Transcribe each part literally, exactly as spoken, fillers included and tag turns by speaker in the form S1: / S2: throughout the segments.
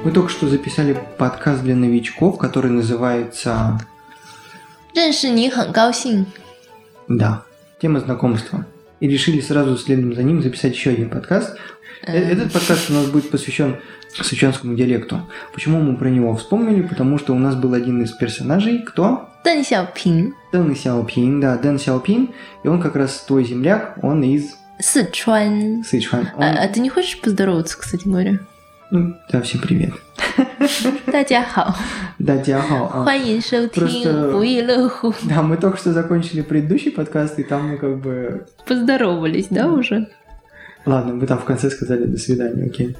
S1: Мы только что записали подкаст для новичков, который называется...
S2: 认识你很高兴.
S1: Да, тема знакомства. И решили сразу следом за ним записать еще один подкаст. Этот подкаст у нас будет посвящен сычуанскому диалекту. Почему мы про него вспомнили? Потому что у нас был один из персонажей, кто?
S2: Дэн Сяопин.
S1: Дэн Сяопин, да, Дэн Сяопин. И он как раз твой земляк, он из...
S2: Сычуан.
S1: Сычуан. Он...
S2: А, а ты не хочешь поздороваться, кстати говоря?
S1: Ну, да, всем привет.
S2: 大家好.
S1: 大家好.
S2: 欢迎收听不亦乐乎.
S1: Да, мы только что закончили предыдущий подкаст, и там мы как бы...
S2: Поздоровались, да, уже?
S1: Ладно, вы там в конце сказали «до свидания», окей.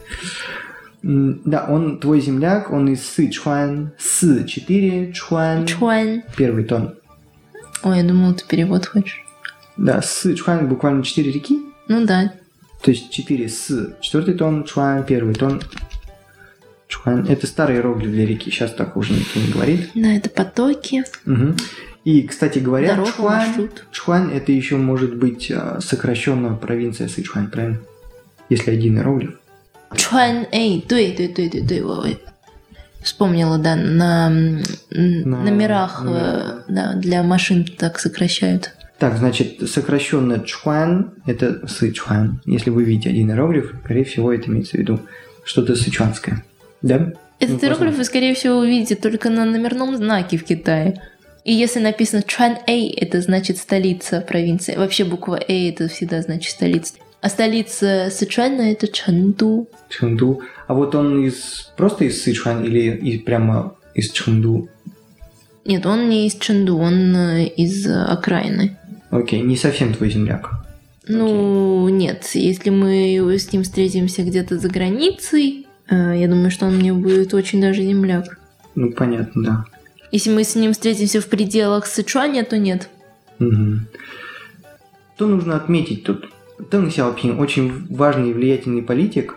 S1: Да, он твой земляк, он из Сычуан. Сы четыре, Чуан.
S2: Чуан.
S1: Первый тон.
S2: Ой, я думала, ты перевод хочешь.
S1: Да, Сычуан буквально четыре реки.
S2: Ну да.
S1: То есть четыре Сы, четвертый тон, Чуан, первый тон. Чуан. Это старый иероглиф для реки, сейчас так уже никто не говорит.
S2: Да, это потоки.
S1: Угу. И, кстати говоря,
S2: Дорога,
S1: Чуан,
S2: маршрут.
S1: Чуан это еще может быть сокращенно провинция Сычуан, правильно? Если один иероглиф.
S2: Чуан, эй, 对对对对对,我вспомнила, да, на, на номерах, номерах. Да, для машин так сокращают.
S1: Так, значит, сокращенно Чуан это Сычуан. Если вы видите один иероглиф, скорее всего, это имеется в виду что-то сычуанское. Да?
S2: Этот
S1: ну,
S2: иероглиф вы, скорее всего, увидите только на номерном знаке в Китае. И если написано Чуан-Эй, это значит столица провинции. Вообще буква Эй это всегда значит столица. А столица Сычуана это Чэнду.
S1: Чэнду. А вот он из просто из Сычуан или из, прямо из Чэнду?
S2: Нет, он не из Чэнду, он из окраины.
S1: Окей, не совсем твой земляк.
S2: Ну, окей. Нет, если мы с ним встретимся где-то за границей, я думаю, что он мне будет очень даже земляк.
S1: Ну, понятно, да.
S2: Если мы с ним встретимся в пределах Сычуаня, то нет.
S1: Угу. Что нужно отметить тут? Дэн Сяопин очень важный и влиятельный политик,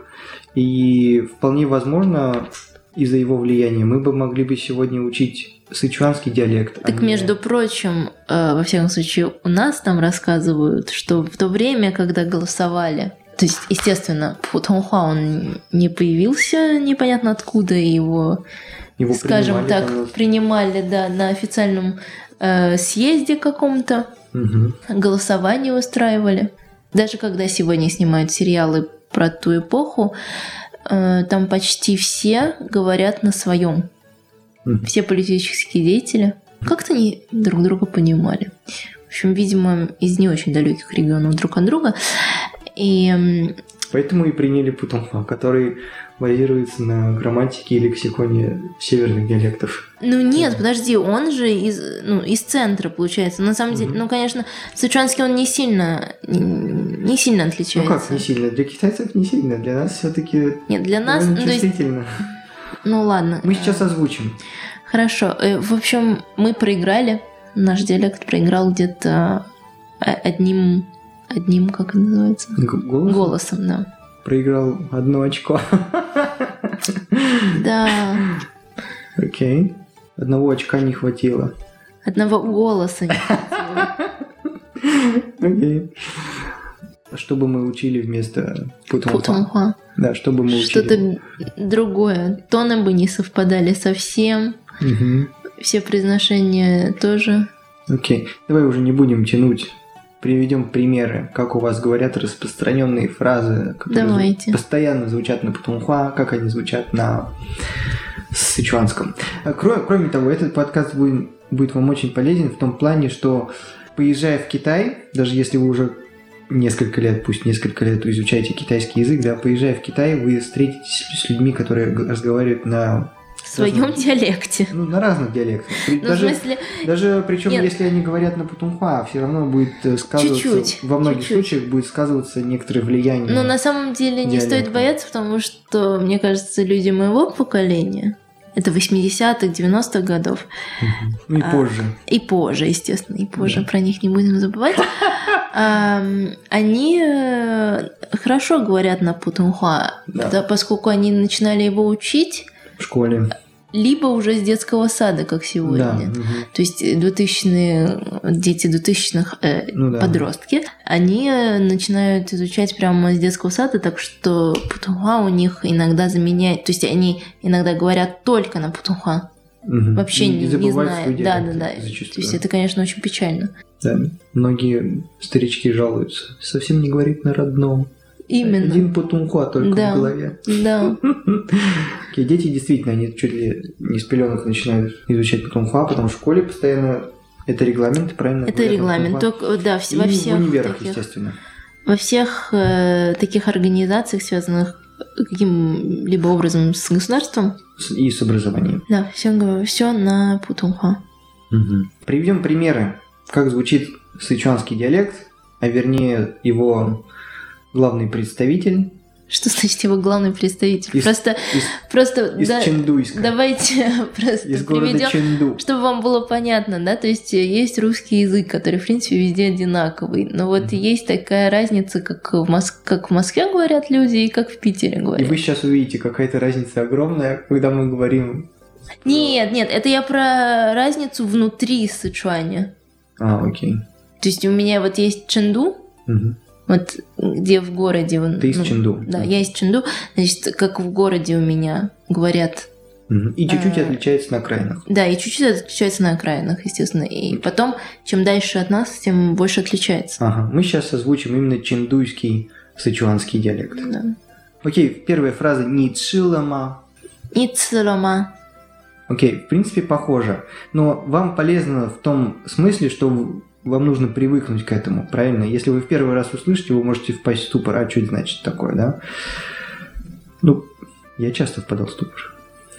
S1: и вполне возможно, из-за его влияния мы бы могли бы сегодня учить сычуанский диалект.
S2: Так, а не... между прочим, э, во всяком случае, у нас там рассказывают, что в то время, когда голосовали, то есть, естественно, путунхуа он не появился непонятно откуда, и его, его скажем так, там... принимали да, на официальном э, съезде каком-то, угу. Голосование устраивали. Даже когда сегодня снимают сериалы про ту эпоху, э, там почти все говорят на своем. Mm. Все политические деятели как-то не друг друга понимали. В общем, видимо, из не очень далеких регионов друг от друга. И...
S1: Поэтому и приняли путунхуа, который базируется на грамматике и лексиконе северных диалектов.
S2: Ну нет, mm. подожди, он же из, ну, из центра, получается. На самом mm-hmm. деле, ну, конечно, сычуанский он не сильно, не, не сильно отличается.
S1: Ну как не сильно? Для китайцев не сильно, для нас все-таки
S2: нет, для нас ну,
S1: чувствительно.
S2: Есть... Ну ладно.
S1: Мы сейчас озвучим.
S2: Хорошо. В общем, мы проиграли. Наш диалект проиграл где-то одним, одним, как это называется?
S1: Голосом?
S2: Голосом, да.
S1: Проиграл одно очко.
S2: Да.
S1: Окей. Одного очка не хватило.
S2: Одного голоса не хватило.
S1: Окей. Что бы мы учили вместо путунхуа?
S2: Путунхуа.
S1: Да, что бы мы учили?
S2: Что-то другое. Тоны бы не совпадали совсем.
S1: Угу. Все
S2: произношения тоже.
S1: Окей. Давай уже не будем тянуть. Приведем примеры, как у вас говорят распространенные фразы, которые
S2: Давайте.
S1: постоянно звучат на путунхуа, как они звучат на сычуанском. Кроме, кроме того, этот подкаст будет, будет вам очень полезен в том плане, что поезжая в Китай, даже если вы уже несколько лет, пусть несколько лет изучаете китайский язык, да, поезжая в Китай, вы встретитесь с людьми, которые разговаривают на
S2: в своем разных, диалекте.
S1: Ну, на разных диалектах.
S2: Ну,
S1: даже,
S2: в смысле...
S1: даже причем, Нет. если они говорят на путунхуа, все равно будет сказываться,
S2: чуть-чуть,
S1: во многих
S2: чуть-чуть.
S1: случаях будет сказываться некоторое влияние.
S2: Но на самом деле не
S1: диалекта.
S2: Стоит бояться, потому что, мне кажется, люди моего поколения, это восьмидесятых, девяностых годов.
S1: Угу. Ну и
S2: а,
S1: позже.
S2: И позже, естественно, и позже,
S1: да.
S2: Про них не будем забывать. Они хорошо говорят на путунхуа, поскольку они начинали его учить
S1: в школе.
S2: либо уже с детского сада, как сегодня.
S1: Да, угу.
S2: То есть двухтысячные, дети двухтысячных э, ну, да. подростки, они начинают изучать прямо с детского сада, так что путунхуа у них иногда заменяет, то есть они иногда говорят только на путунхуа.
S1: Угу.
S2: Вообще не, не знают. Да, да, да.
S1: Зачастую.
S2: То есть это, конечно, очень печально.
S1: Да, многие старички жалуются. Совсем не говорит на родном.
S2: Именно.
S1: Один путунхуа только
S2: да.
S1: в голове.
S2: Да.
S1: Okay, дети действительно, они чуть ли не с пеленок начинают изучать путунхуа, потому что в школе постоянно это регламент, правильно?
S2: Это регламент, только, да, в,
S1: и
S2: во всех
S1: в универах,
S2: таких,
S1: естественно.
S2: Во всех э, таких организациях, связанных каким-либо образом с государством.
S1: И с образованием.
S2: Да, все, все на путунхуа.
S1: Угу. Приведем примеры, как звучит сычуанский диалект, а вернее его главный представитель.
S2: Что значит его главный представитель?
S1: Из,
S2: просто,
S1: из,
S2: просто
S1: из
S2: да,
S1: Чэндуйска.
S2: Давайте просто
S1: из приведем,
S2: Чэнду. Чтобы вам было понятно, да, то есть есть русский язык, который в принципе везде одинаковый, но вот mm-hmm. есть такая разница, как в, Моск... как в Москве говорят люди и как в Питере говорят.
S1: И вы сейчас увидите, какая-то разница огромная, когда мы говорим.
S2: Нет, нет, это я про разницу внутри Сычуаня.
S1: А, окей.
S2: То есть у меня вот есть Чэнду.
S1: Mm-hmm.
S2: Вот где в городе...
S1: Ты из
S2: ну,
S1: Чэнду.
S2: Да, я из Чэнду. Значит, как в городе у меня говорят...
S1: Угу. И чуть-чуть а, отличается на окраинах.
S2: Да, и чуть-чуть отличается на окраинах, естественно. И потом, чем дальше от нас, тем больше отличается.
S1: Ага, мы сейчас озвучим именно чэндуйский сычуанский диалект.
S2: Да.
S1: Окей, первая фраза «ни цилама».
S2: «Ни цилама».
S1: Окей, в принципе, похоже. Но вам полезно в том смысле, что... Вам нужно привыкнуть к этому, правильно? Если вы в первый раз услышите, вы можете впасть в ступор. А что это значит такое, да? Ну, я часто впадал в ступор.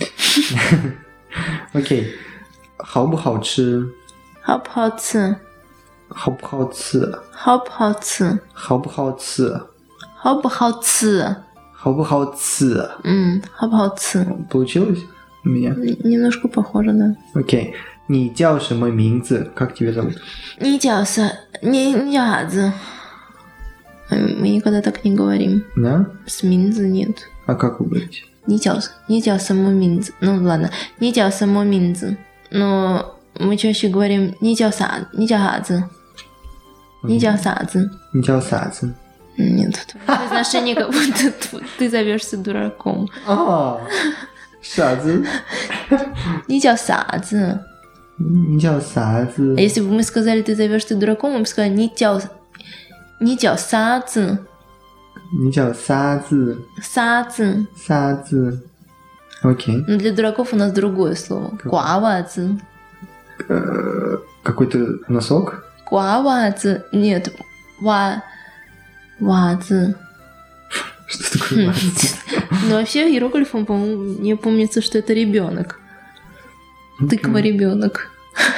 S1: Окей. Хао-бу-хао-чи.
S2: Хао-бу-хао-ci.
S1: Хао-бу-хао-ci.
S2: Хао-бу-хао-ci.
S1: Хао-бу-хао-ci.
S2: Хао-бу-хао-ci.
S1: Хао-бу-хао-ci.
S2: М, хао-бу-хао-ci.
S1: Получилось у меня?
S2: Немножко похоже, да.
S1: Окей. 你叫什么名字? Как тебя зовут?
S2: 你叫啥? Не, не язы. Мы никогда так не говорим.
S1: Да?
S2: С минзы нет.
S1: А как вы говорите?
S2: 你叫, 你叫什么名字? Ну ладно. 你叫什么名字? Но мы чаще говорим 你叫啥? 你叫啥子? 你叫啥子?
S1: 你叫啥子?
S2: Нет. Произношение как будто ты зовешься дураком.
S1: А, 啥子?
S2: 你叫啥子?
S1: 你叫啥子?
S2: А если бы мы сказали, ты зовешься дураком, мы бы сказали, 你叫, 你叫啥子?
S1: 你叫啥子?
S2: 啥子?
S1: 啥子? Окей.
S2: Но для дураков у нас другое слово. Гуавацы.
S1: Какой-то носок?
S2: Гуавацы. Нет. Ва... Вацы.
S1: Что такое вацы?
S2: Ну, вообще, иероглифом, по-моему, мне помнится, что это ребенок. Тыква ребенок.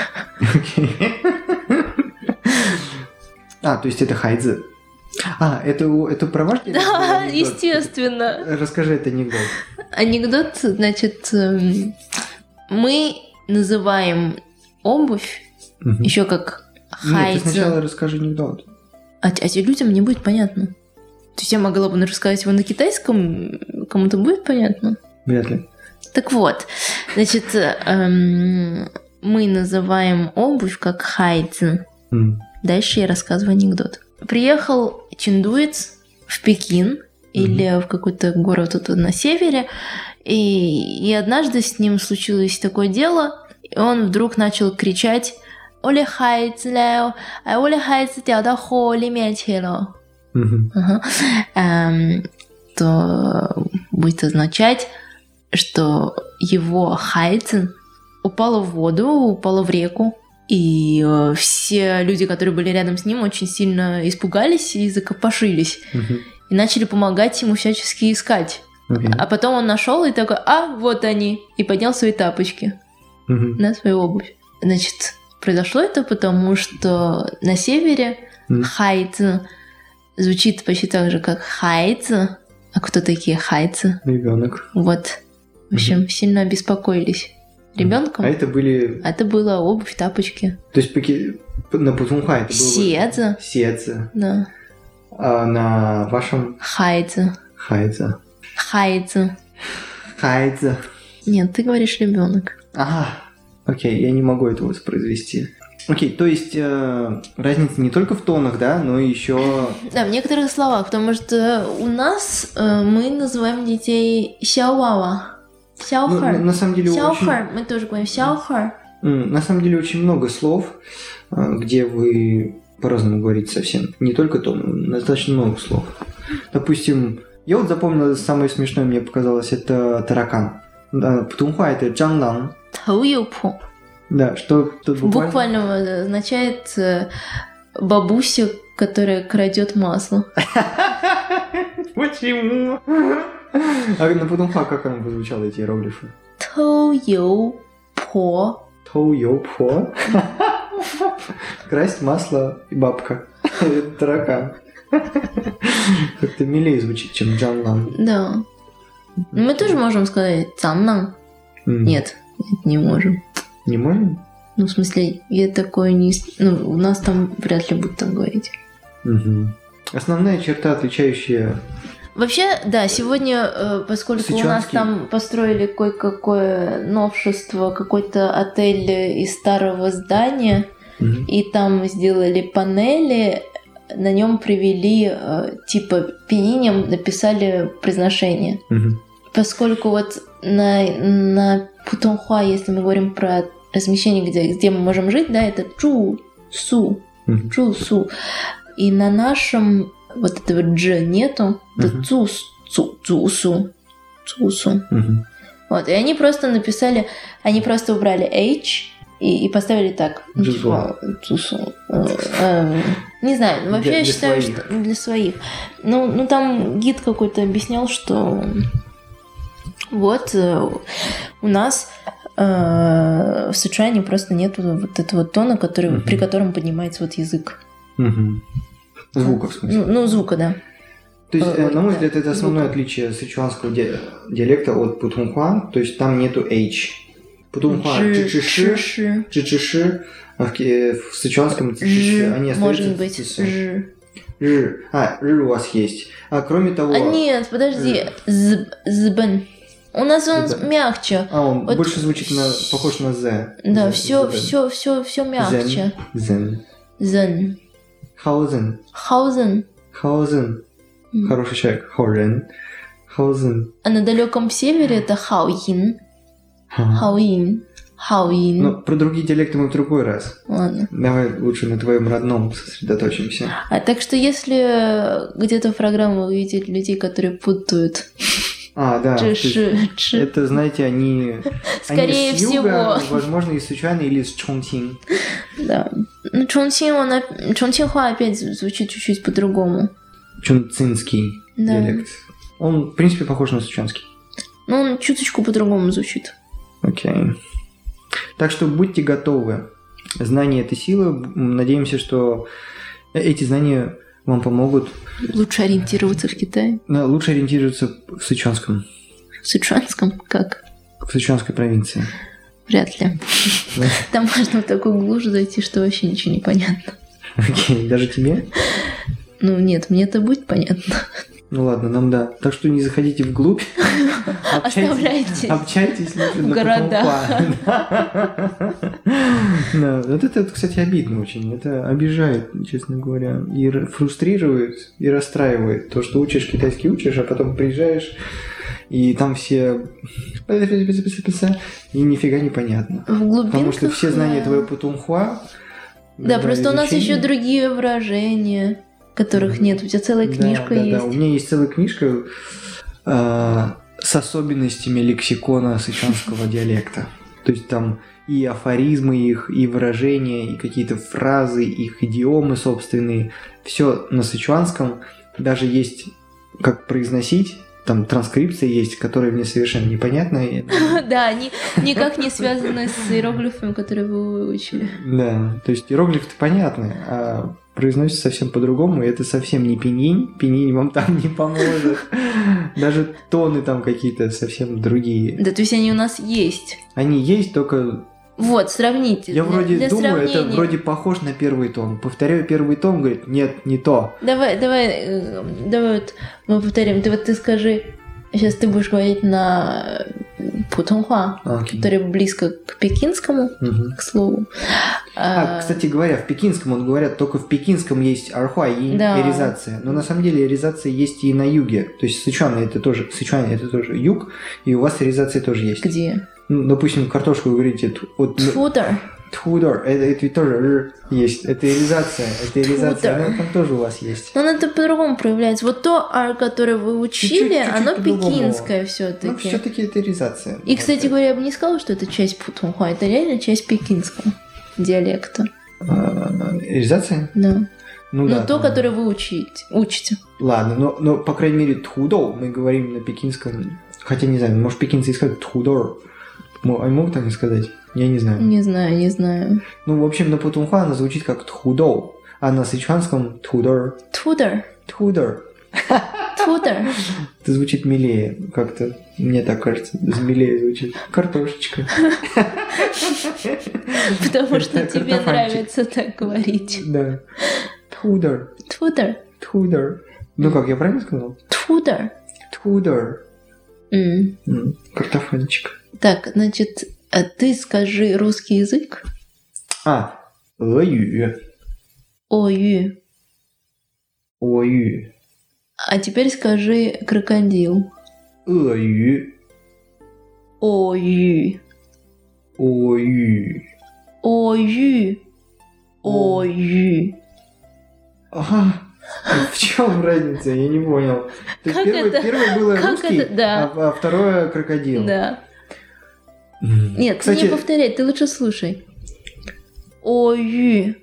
S1: А, то есть это хайдзи. А, это, это про ваш анекдот?
S2: Да, естественно.
S1: Расскажи этот анекдот.
S2: Анекдот, значит, мы называем обувь угу. еще как хайдзи.
S1: Нет, ты сначала расскажи анекдот.
S2: А, а людям не будет понятно. То есть я могла бы рассказать его на китайском, кому-то будет понятно?
S1: Вряд ли.
S2: Так вот, значит, эм, мы называем обувь как хайдзи.
S1: Mm.
S2: Дальше я рассказываю анекдот. Приехал чэндуец в Пекин mm-hmm. или в какой-то город тут на севере, и, и однажды с ним случилось такое дело, и он вдруг начал кричать: «Оле хайдзи ляо, а оле хайдзи дяо до хо ли мя чи ло». То будет означать, что его хайдзи упало в воду, упало в реку, и э, все люди, которые были рядом с ним, очень сильно испугались и закопошились, uh-huh. и начали помогать ему всячески искать. Uh-huh. А потом он нашел и такой: а, вот они, и поднял свои тапочки, uh-huh. на свою обувь. Значит, произошло это потому, что на севере uh-huh. хайдзи звучит почти так же, как хайдзи. А кто такие хайдзи?
S1: Ребенок.
S2: Вот. В общем, mm-hmm. сильно обеспокоились ребенком.
S1: А это были...
S2: Это была обувь, тапочки.
S1: То есть паки... на путунхуа это было...
S2: Седзи.
S1: Седзи.
S2: Да.
S1: А на вашем...
S2: Хайдзи.
S1: Хайдзи.
S2: Хайдзи.
S1: Хайдзи.
S2: Нет, ты говоришь ребенок.
S1: Ага, окей, я не могу это воспроизвести. Окей, то есть э, разница не только в тонах, да, но еще...
S2: Да, в некоторых словах, потому что у нас э, мы называем детей сяовава. Сяохар.
S1: Ну, на самом деле
S2: сяохар,
S1: очень...
S2: мы тоже говорим сяохар.
S1: На самом деле очень много слов, где вы по-разному говорите совсем. Не только тон, достаточно много слов. Допустим, я вот запомнил, самое смешное мне показалось, это таракан. Путунхуа это джанлан.
S2: Таоюпу.
S1: Да, что тут буквально...
S2: Буквально означает бабуся, которая крадет масло.
S1: Почему? А на путунхуа как оно бы звучало, эти иероглифы?
S2: Таоюпо.
S1: Тоу-йоу-по. Красть масло и бабка. Это таракан. Как-то милее звучит, чем Джанлан.
S2: Да. Мы тоже можем сказать Цаннан. Нет, не можем.
S1: Не можем?
S2: Ну, в смысле, я такое не... Ну, у нас там вряд ли будут так говорить.
S1: Угу. Основная черта, отличающая...
S2: Вообще, да, сегодня, поскольку Сычуанский... у нас там построили кое-какое новшество, какой-то отель из старого здания, mm-hmm. и там сделали панели, на нем привели, типа, пининем написали произношение. Mm-hmm. Поскольку вот на, на Путунхуа, если мы говорим про размещение, где, где мы можем жить, да, это Чу-Су, mm-hmm. Чу-Су. И на нашем... Вот этого дж нету, это uh-huh. цус, цу, цусу, цусу. Uh-huh. Вот, и они просто написали, они просто убрали h и, и поставили так. Типа, цусу. Не знаю, вообще для, я считаю, своих. что для своих. Ну, ну, там гид какой-то объяснял, что вот у нас э, в Сычуане просто нету вот этого тона, который, uh-huh. при котором поднимается вот язык.
S1: Uh-huh. Звука, в смысле?
S2: Ну, ну звука, да.
S1: То есть, э, на мой взгляд, это основное звука. Отличие сычуанского ди- диалекта от путунхуа, то есть там нету h. Путунхуа чичиши, чичиши, а в, в сычуанском цичиши они остаются.
S2: Может быть, ж.
S1: Ж. А, ж у вас есть. А кроме того...
S2: А нет, подожди, з, збен. У нас он
S1: это...
S2: мягче.
S1: А, он вот... больше звучит на, похож на з.
S2: Да, все, все, все, все мягче.
S1: Зен.
S2: Зен.
S1: Хаузен.
S2: Хаузен.
S1: Хаузен. Mm. Хороший человек. Хаурен. Хаузен.
S2: А на далеком севере это Хаоин.
S1: Ага.
S2: Хаоин. Хаоин.
S1: Ну, про другие диалекты мы в другой раз.
S2: Ладно.
S1: Давай лучше на твоем родном сосредоточимся.
S2: А так что если где-то в программе увидеть людей, которые путают...
S1: А, да.
S2: Чиши, чи.
S1: Это, знаете, они...
S2: Скорее
S1: они с юга,
S2: всего.
S1: возможно, из Сычуана или из Чонсин.
S2: Да. Ну, Чонсин, он... Чонсинхуа опять звучит чуть-чуть по-другому.
S1: Чонцинский
S2: да.
S1: диалект. Он, в принципе, похож на сычуанский.
S2: Ну, он чуточку по-другому звучит.
S1: Окей. Так что будьте готовы. Знание – это сила. Надеемся, что эти знания вам помогут...
S2: Лучше ориентироваться в Китае.
S1: Да, лучше ориентироваться в сычуанском.
S2: В сычуанском? Как?
S1: В сычуанской провинции.
S2: Вряд ли.
S1: Да?
S2: Там можно в такую глушь зайти, что вообще ничего не понятно.
S1: Окей, даже тебе?
S2: Ну нет, мне это будет понятно.
S1: Ну ладно, нам да. Так что не заходите вглубь.
S2: Оставляйтесь.
S1: Общайтесь лучше на
S2: городах.
S1: Да, вот это, кстати, обидно очень. Это обижает, честно говоря. И фрустрирует, и расстраивает. То, что учишь китайский, учишь, а потом приезжаешь, и там все... И нифига не понятно. Потому что все знания твоего путунхуа...
S2: Да, просто у нас еще другие выражения, которых mm-hmm. нет. У тебя целая книжка
S1: да,
S2: есть.
S1: Да, да, у меня есть целая книжка э, с особенностями лексикона сычуанского диалекта. То есть там и афоризмы их, и выражения, и какие-то фразы, их идиомы собственные. Все на сычуанском. Даже есть как произносить. Там транскрипция есть, которая мне совершенно непонятна.
S2: Да, они никак не связаны с иероглифами, которые вы выучили.
S1: Да, то есть иероглифы-то понятны, а произносится совсем по-другому, и это совсем не пинyin, пинyin вам там не поможет. Даже тоны там какие-то совсем другие.
S2: Да, то есть они у нас есть.
S1: Они есть, только...
S2: Вот, сравните.
S1: Я
S2: для,
S1: вроде
S2: для
S1: думаю,
S2: сравнения.
S1: Это вроде похож на первый тон. Повторяю первый тон, говорит, нет, не то.
S2: Давай, давай, давай вот мы повторим. Ты вот ты скажи, сейчас ты будешь говорить на путунхуа,
S1: Окей.
S2: который близко к пекинскому,
S1: Мгм.
S2: к слову.
S1: А,
S2: А,
S1: кстати говоря, в пекинском, он говорят, только в пекинском есть архуа и
S2: Да.
S1: эризация. Но на самом деле эризация есть и на юге. То есть Сычуан это тоже, Сычуан это тоже юг, и у вас эризация тоже есть.
S2: где?
S1: Ну, допустим, картошку вы говорите, ту- вот,
S2: Тудор.
S1: тхудор, это, это ведь тоже р есть. Это эризация, это эризация,
S2: Тудор.
S1: она там тоже у вас есть.
S2: Но это по-другому проявляется. Вот то ар, которое вы учили,
S1: Чуть-чуть,
S2: оно
S1: чуть-чуть по-другому.
S2: пекинское
S1: Ну,
S2: все-таки.
S1: все-таки это эризация.
S2: И, кстати
S1: Вот.
S2: говоря, я бы не сказала, что это часть путунхуа, это реально часть пекинского диалекта.
S1: А, эризация?
S2: Да.
S1: Ну,
S2: Ну,
S1: да.
S2: то,
S1: там.
S2: которое вы учите. учите.
S1: Ладно, но, но, по крайней мере, тхудоу мы говорим на пекинском. Хотя, не знаю, может, пекинцы и скажут тхудор. Мо- Они могут так и сказать? Я не знаю.
S2: Не знаю, не знаю.
S1: Ну, в общем, на путунхуа она звучит как тхудоу, а на сычуанском тхудор.
S2: Тудор.
S1: Тхудор.
S2: Тудор.
S1: Это звучит милее, как-то, мне так кажется, милее звучит. Картошечка.
S2: Потому что
S1: Это
S2: тебе
S1: картофанчик.
S2: нравится так говорить.
S1: Да. Тхудор.
S2: Тудор.
S1: Тхудор. Ну как, я правильно сказал?
S2: Тудор.
S1: Тхудор.
S2: М.
S1: М, Картофанчик.
S2: Так, значит, а ты скажи русский язык.
S1: А, 俄语.
S2: Ою.
S1: 俄语.
S2: А теперь скажи крокодил.
S1: 鳄鱼.
S2: Ою.
S1: 俄语.
S2: Ою. Ою.
S1: Ага. В чем разница? Я не понял. То есть
S2: Как
S1: первый,
S2: это?
S1: первый было
S2: Как
S1: русский,
S2: это? Да.
S1: а, а второе крокодил.
S2: Да.
S1: М.
S2: Нет,
S1: Кстати,
S2: не повторяй, ты лучше слушай. Ою.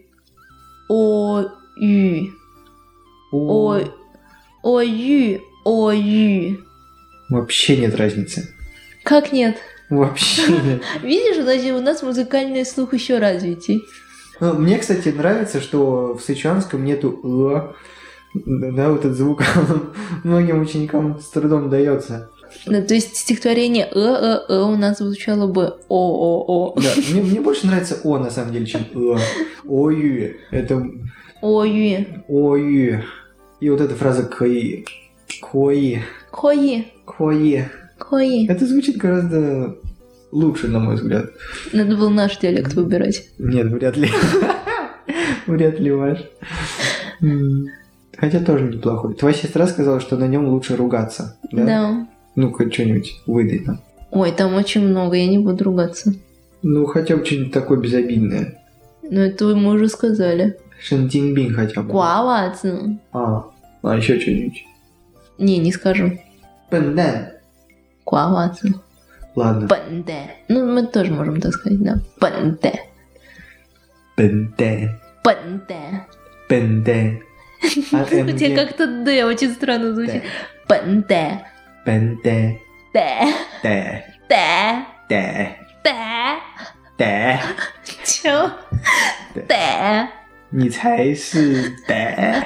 S2: Ою.
S1: о-
S2: Ой. Ою. Ою.
S1: вообще нет разницы.
S2: Как нет?
S1: Вообще нет.
S2: Видишь, значит, у нас музыкальный слух еще развитий.
S1: Ну, мне, кстати, нравится, что в сычуанском нету «э». Да, вот этот звук он многим ученикам с трудом дается.
S2: Ну, то есть стихотворение э э э у нас звучало бы о о о.
S1: Да, мне, мне больше нравится «о» на самом деле, чем «э». «Ою». Это
S2: Ою.
S1: «ою». И вот эта фраза «кои». «Кои».
S2: Кои.
S1: «Кои».
S2: Кои.
S1: Это звучит гораздо лучше, на мой взгляд.
S2: Надо было наш диалект выбирать.
S1: Нет, вряд ли. Вряд ли ваш. М, Хотя тоже неплохой. Твоя сестра сказала, что на нем лучше ругаться. Да?
S2: Да.
S1: Ну-ка, что-нибудь выдай нам.
S2: Ой, там очень много, я не буду ругаться.
S1: Ну, хотя бы что-нибудь такое безобидное.
S2: Но это мы уже сказали.
S1: Шэнтинбин хотя бы.
S2: Гуавацин.
S1: А, а еще что-нибудь.
S2: Не, не скажу.
S1: Пэндан.
S2: Гуавацин.
S1: Ладно.
S2: Бэнде. Ну, мы тоже можем так сказать, да. Бэнде.
S1: Пэндан.
S2: Бэнде.
S1: Пэндан. А
S2: У
S1: М
S2: тебя
S1: где?
S2: как-то Д очень странно звучит. Бэнде.
S1: Пэндан.
S2: Д.
S1: Да.
S2: Д.
S1: Да.
S2: Д.
S1: Да.
S2: Чё? Д.
S1: 你才是的。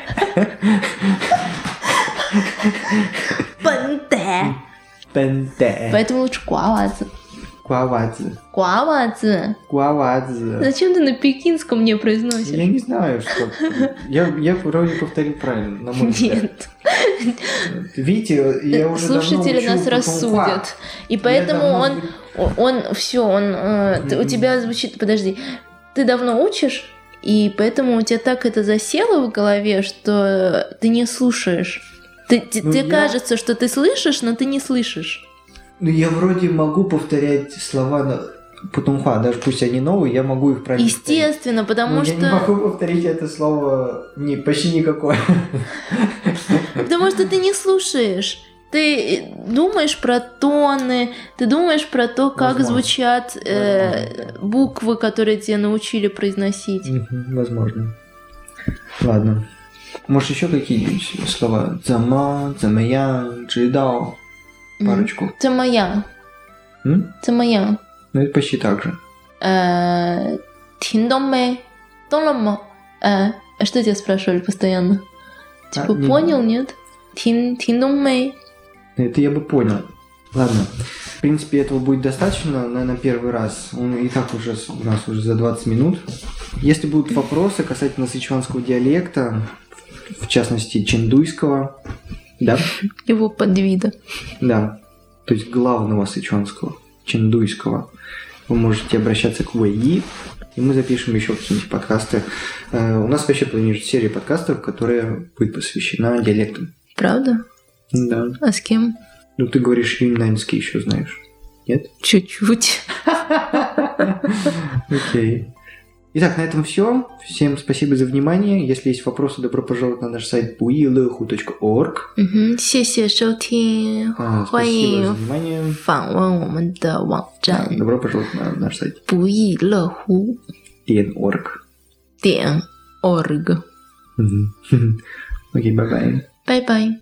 S2: Бэнде.
S1: 笨蛋。
S2: Поэтому лучше гуавацин.
S1: 瓜娃子，
S2: Гуавацин.
S1: 瓜娃子。
S2: Зачем ты на пекинском не произносишь?
S1: Я не знаю, что... Я, я вроде повторил правильно, на мой взгляд.
S2: Нет.
S1: Видите, я уже
S2: Слушатели
S1: давно
S2: нас
S1: учу
S2: рассудят. И
S1: Я
S2: поэтому
S1: давно
S2: он,
S1: говорю-
S2: он, все, он, э, ты- у тебя звучит, подожди, ты давно учишь, и поэтому у тебя так это засело в голове, что ты не слушаешь. Ты, те-
S1: Ну,
S2: тебе
S1: я-
S2: кажется, что ты слышишь, но ты не слышишь.
S1: Ну, я вроде могу повторять слова на путунхуа, даже пусть они новые, я могу их правильно повторить.
S2: Естественно, потому
S1: Но
S2: что...
S1: я не могу повторить это слово не, почти никакое.
S2: Потому что ты не слушаешь. Ты думаешь про тоны, ты думаешь про то, как
S1: Возможно.
S2: звучат э,
S1: Возможно, да.
S2: буквы, которые тебе научили произносить.
S1: Мгм, возможно. Ладно. Может, еще какие-нибудь слова? Зама, замаян, джидao. Парочку.
S2: Це моя.
S1: М?
S2: Це моя.
S1: Ну, это почти так же.
S2: Э, Тиндомэ. Тонломо. Э, А что тебя спрашивали постоянно? Типа,
S1: А, не-
S2: понял, нет? Тин, тиндомэ.
S1: Это я бы понял. Ладно. В принципе, этого будет достаточно на, на первый раз. Он и так уже с- у нас уже за двадцать минут. Если будут вопросы касательно сычуанского диалекта, в частности, чиндуйского, да,
S2: Его подвида.
S1: да, то есть главного сычуанского, чиндуйского, вы можете обращаться к Вэйи, и мы запишем еще какие-нибудь подкасты. У нас вообще планируется серия подкастов, которая будет посвящена диалектам.
S2: Правда?
S1: Да.
S2: А с кем?
S1: Ну, ты говоришь, юньнаньский еще знаешь. Нет?
S2: Чуть-чуть.
S1: Окей. Итак, на этом все. Всем спасибо за внимание. Если есть вопросы, добро пожаловать на наш сайт буилэху точка орг.
S2: 谢谢收听，欢迎访问我们的网站。
S1: Добро пожаловать на наш сайт.
S2: 不亦乐乎
S1: 点 org.
S2: 点 org.
S1: Окей, бай-бай.
S2: Bye bye.